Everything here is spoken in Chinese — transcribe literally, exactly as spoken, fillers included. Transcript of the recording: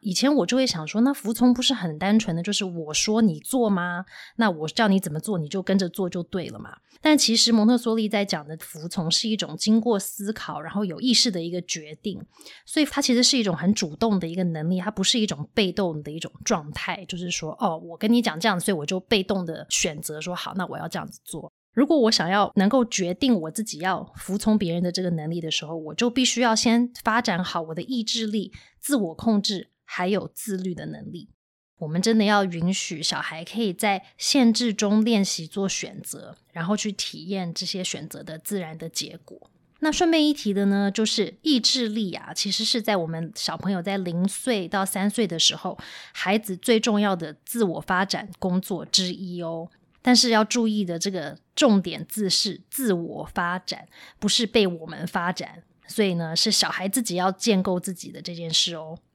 以前我就会想说，那服从不是很单纯的就是我说你做吗？那我叫你怎么做你就跟着做就对了嘛。但其实蒙特梭利在讲的服从是一种经过思考然后有意识的一个决定，所以它其实是一种很主动的一个能力，它不是一种被动的一种状态，就是说哦，我跟你讲这样，所以我就被动的选择说好，那我要这样子做。如果我想要能够决定我自己要服从别人的这个能力的时候，我就必须要先发展好我的意志力、自我控制还有自律的能力。我们真的要允许小孩可以在限制中练习做选择，然后去体验这些选择的自然的结果。那顺便一提的呢，就是意志力啊，其实是在我们小朋友在零岁到三岁的时候，孩子最重要的自我发展工作之一哦。但是要注意的这个重点字是自我发展，不是被我们发展，所以呢是小孩自己要建构自己的这件事哦。